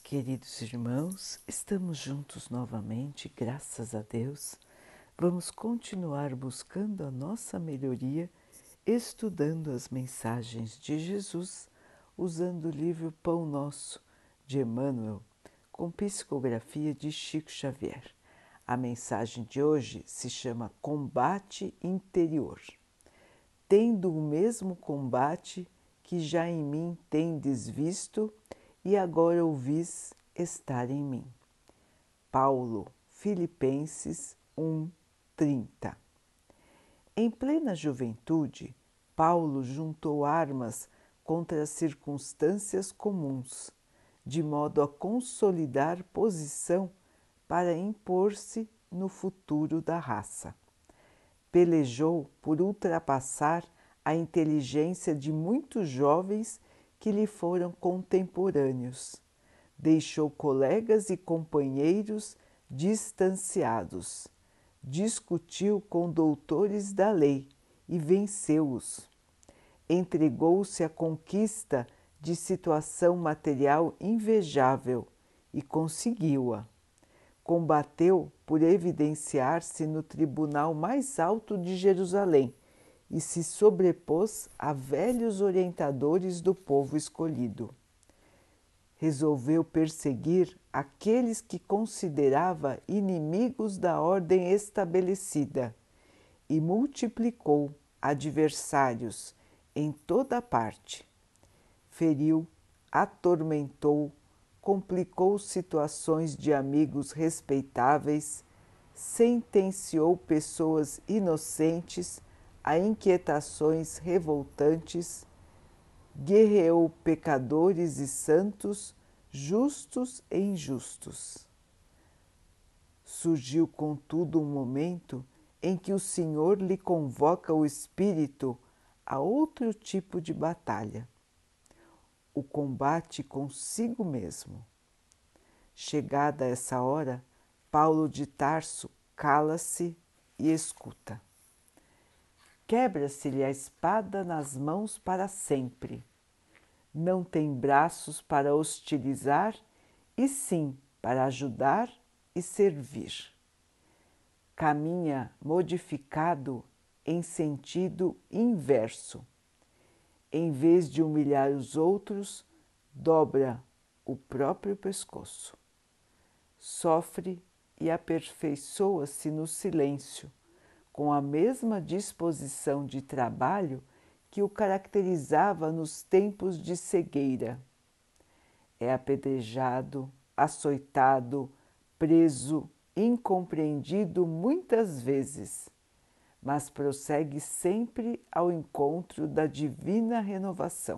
Queridos irmãos, estamos juntos novamente, graças a Deus. Vamos continuar buscando a nossa melhoria, estudando as mensagens de Jesus, usando o livro Pão Nosso, de Emmanuel, com psicografia de Chico Xavier. A mensagem de hoje se chama Combate Interior. Tendo o mesmo combate que já em mim tendes visto, e agora ouvis estar em mim. Paulo, Filipenses 1:30. Em plena juventude, Paulo juntou armas contra as circunstâncias comuns, de modo a consolidar posição para impor-se no futuro da raça. Pelejou por ultrapassar a inteligência de muitos jovens que lhe foram contemporâneos. Deixou colegas e companheiros distanciados. Discutiu com doutores da lei e venceu-os. Entregou-se à conquista de situação material invejável e conseguiu-a. Combateu por evidenciar-se no tribunal mais alto de Jerusalém e se sobrepôs a velhos orientadores do povo escolhido. Resolveu perseguir aqueles que considerava inimigos da ordem estabelecida e multiplicou adversários em toda parte. Feriu, atormentou, complicou situações de amigos respeitáveis, sentenciou pessoas inocentes a inquietações revoltantes, guerreou pecadores e santos, justos e injustos. Surgiu, contudo, um momento em que o Senhor lhe convoca o espírito a outro tipo de batalha, o combate consigo mesmo. Chegada essa hora, Paulo de Tarso cala-se e escuta. Quebra-se-lhe a espada nas mãos para sempre. Não tem braços para hostilizar, e sim para ajudar e servir. Caminha modificado em sentido inverso. Em vez de humilhar os outros, dobra o próprio pescoço. Sofre e aperfeiçoa-se no silêncio, com a mesma disposição de trabalho que o caracterizava nos tempos de cegueira. É apedrejado, açoitado, preso, incompreendido muitas vezes, mas prossegue sempre ao encontro da divina renovação.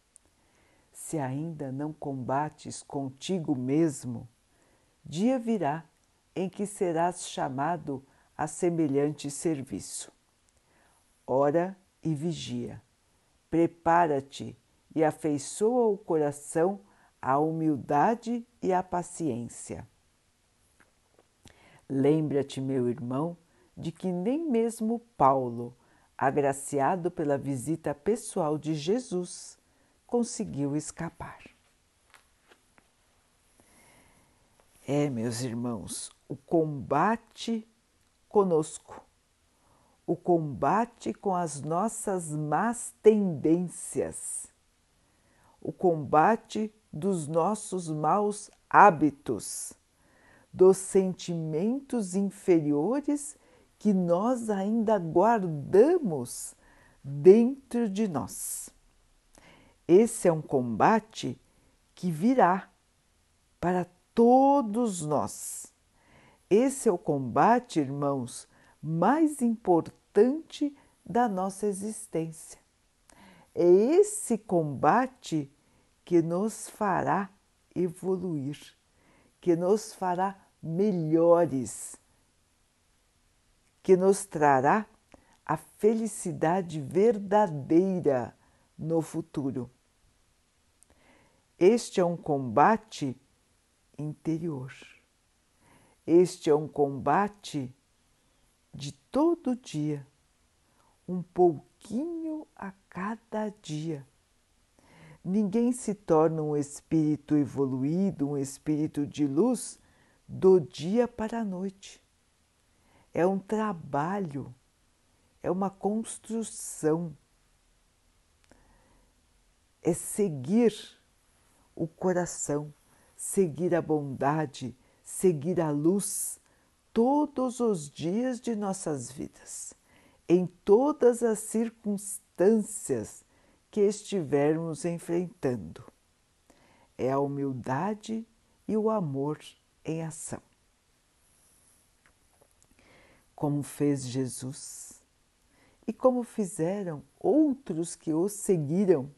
Se ainda não combates contigo mesmo, dia virá em que serás chamado a semelhante serviço. Ora e vigia, prepara-te e afeiçoa o coração à humildade e à paciência. Lembra-te, meu irmão, de que nem mesmo Paulo, agraciado pela visita pessoal de Jesus, conseguiu escapar. Meus irmãos, o combate conosco, o combate com as nossas más tendências, o combate dos nossos maus hábitos, dos sentimentos inferiores que nós ainda guardamos dentro de nós. Esse é um combate que virá para todos nós. Esse é o combate, irmãos, mais importante da nossa existência. É esse combate que nos fará evoluir, que nos fará melhores, que nos trará a felicidade verdadeira no futuro. Este é um combate interior. Este é um combate de todo dia, um pouquinho a cada dia. Ninguém se torna um espírito evoluído, um espírito de luz, do dia para a noite. É um trabalho, é uma construção, é seguir o coração, seguir a bondade, seguir a luz todos os dias de nossas vidas, em todas as circunstâncias que estivermos enfrentando. É a humildade e o amor em ação. Como fez Jesus e como fizeram outros que o seguiram,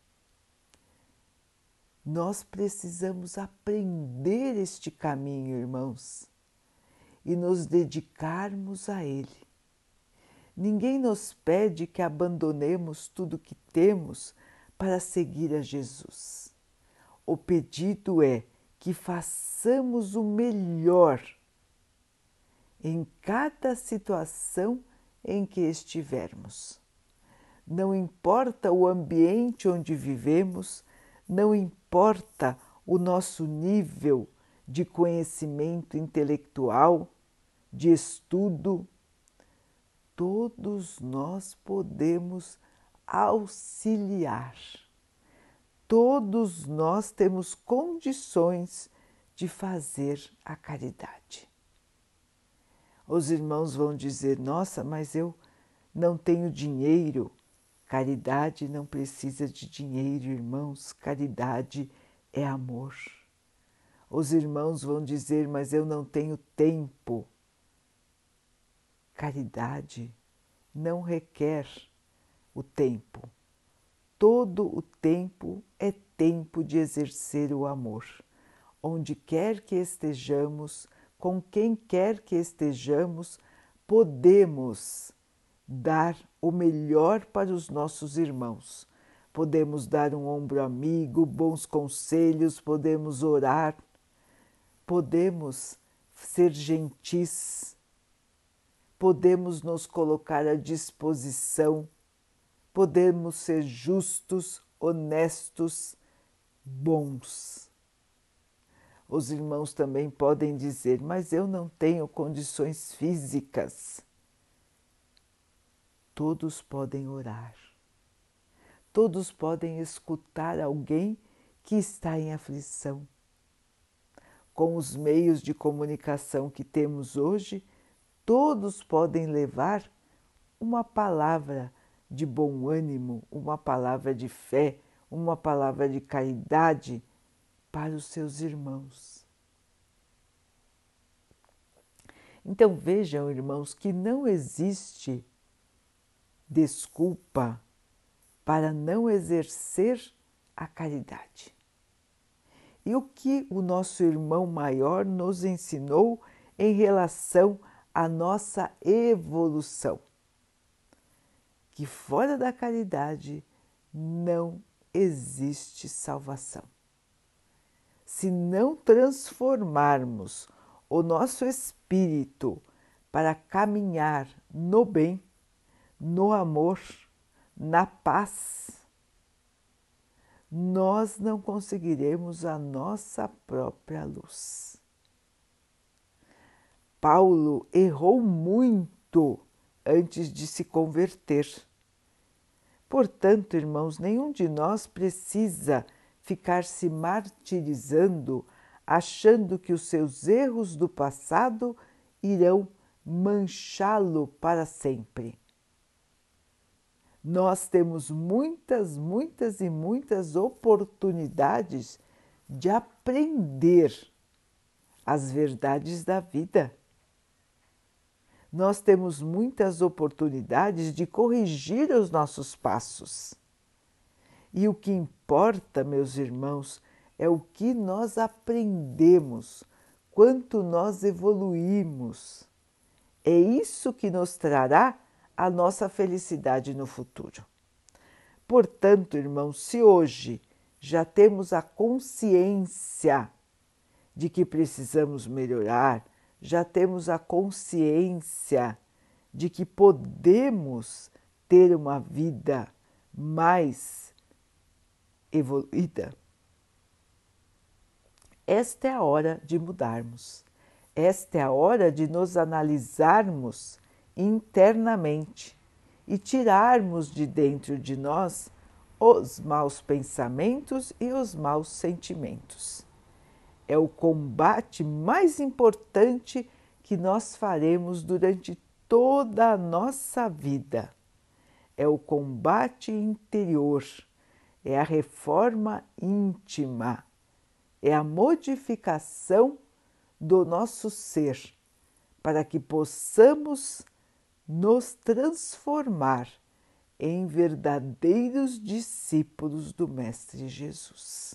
nós precisamos aprender este caminho, irmãos, e nos dedicarmos a ele. Ninguém nos pede que abandonemos tudo que temos para seguir a Jesus. O pedido é que façamos o melhor em cada situação em que estivermos. Não importa o ambiente onde vivemos, não importa o nosso nível de conhecimento intelectual, de estudo, todos nós podemos auxiliar. Todos nós temos condições de fazer a caridade. Os irmãos vão dizer: nossa, mas eu não tenho dinheiro. Caridade não precisa de dinheiro, irmãos. Caridade é amor. Os irmãos vão dizer: mas eu não tenho tempo. Caridade não requer o tempo. Todo o tempo é tempo de exercer o amor. Onde quer que estejamos, com quem quer que estejamos, podemos dar o melhor para os nossos irmãos. Podemos dar um ombro amigo, bons conselhos, podemos orar, podemos ser gentis, podemos nos colocar à disposição, podemos ser justos, honestos, bons. Os irmãos também podem dizer: mas eu não tenho condições físicas. Todos podem orar. Todos podem escutar alguém que está em aflição. Com os meios de comunicação que temos hoje, todos podem levar uma palavra de bom ânimo, uma palavra de fé, uma palavra de caridade para os seus irmãos. Então vejam, irmãos, que não existe desculpa para não exercer a caridade. E o que o nosso irmão maior nos ensinou em relação à nossa evolução? Que fora da caridade não existe salvação. Se não transformarmos o nosso espírito para caminhar no bem, no amor, na paz, nós não conseguiremos a nossa própria luz. Paulo errou muito antes de se converter. Portanto, irmãos, nenhum de nós precisa ficar se martirizando, achando que os seus erros do passado irão manchá-lo para sempre. Nós temos muitas e muitas oportunidades de aprender as verdades da vida. Nós temos muitas oportunidades de corrigir os nossos passos. E o que importa, meus irmãos, é o que nós aprendemos, quanto nós evoluímos. É isso que nos trará a nossa felicidade no futuro. Portanto, irmãos, se hoje já temos a consciência de que precisamos melhorar, já temos a consciência de que podemos ter uma vida mais evoluída. Esta é a hora de mudarmos. Esta é a hora de nos analisarmos internamente e tirarmos de dentro de nós os maus pensamentos e os maus sentimentos. É o combate mais importante que nós faremos durante toda a nossa vida. É o combate interior, é a reforma íntima, é a modificação do nosso ser, para que possamos nos transformar em verdadeiros discípulos do Mestre Jesus.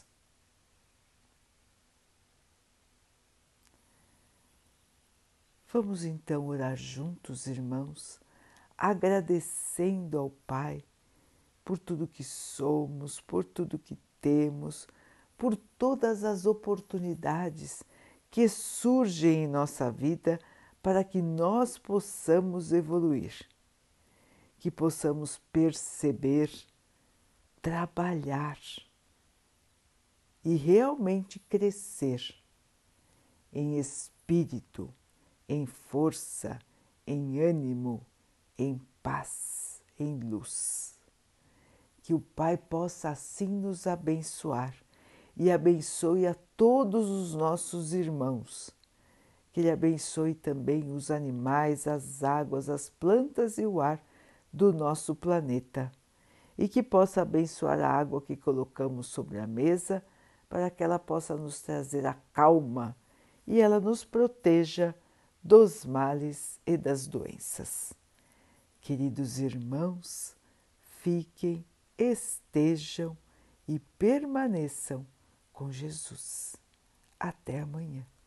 Vamos então orar juntos, irmãos, agradecendo ao Pai por tudo que somos, por tudo que temos, por todas as oportunidades que surgem em nossa vida para que nós possamos evoluir, que possamos perceber, trabalhar e realmente crescer em espírito, em força, em ânimo, em paz, em luz. Que o Pai possa assim nos abençoar e abençoe a todos os nossos irmãos. Que Ele abençoe também os animais, as águas, as plantas e o ar do nosso planeta. E que possa abençoar a água que colocamos sobre a mesa para que ela possa nos trazer a calma e ela nos proteja dos males e das doenças. Queridos irmãos, fiquem, estejam e permaneçam com Jesus. Até amanhã.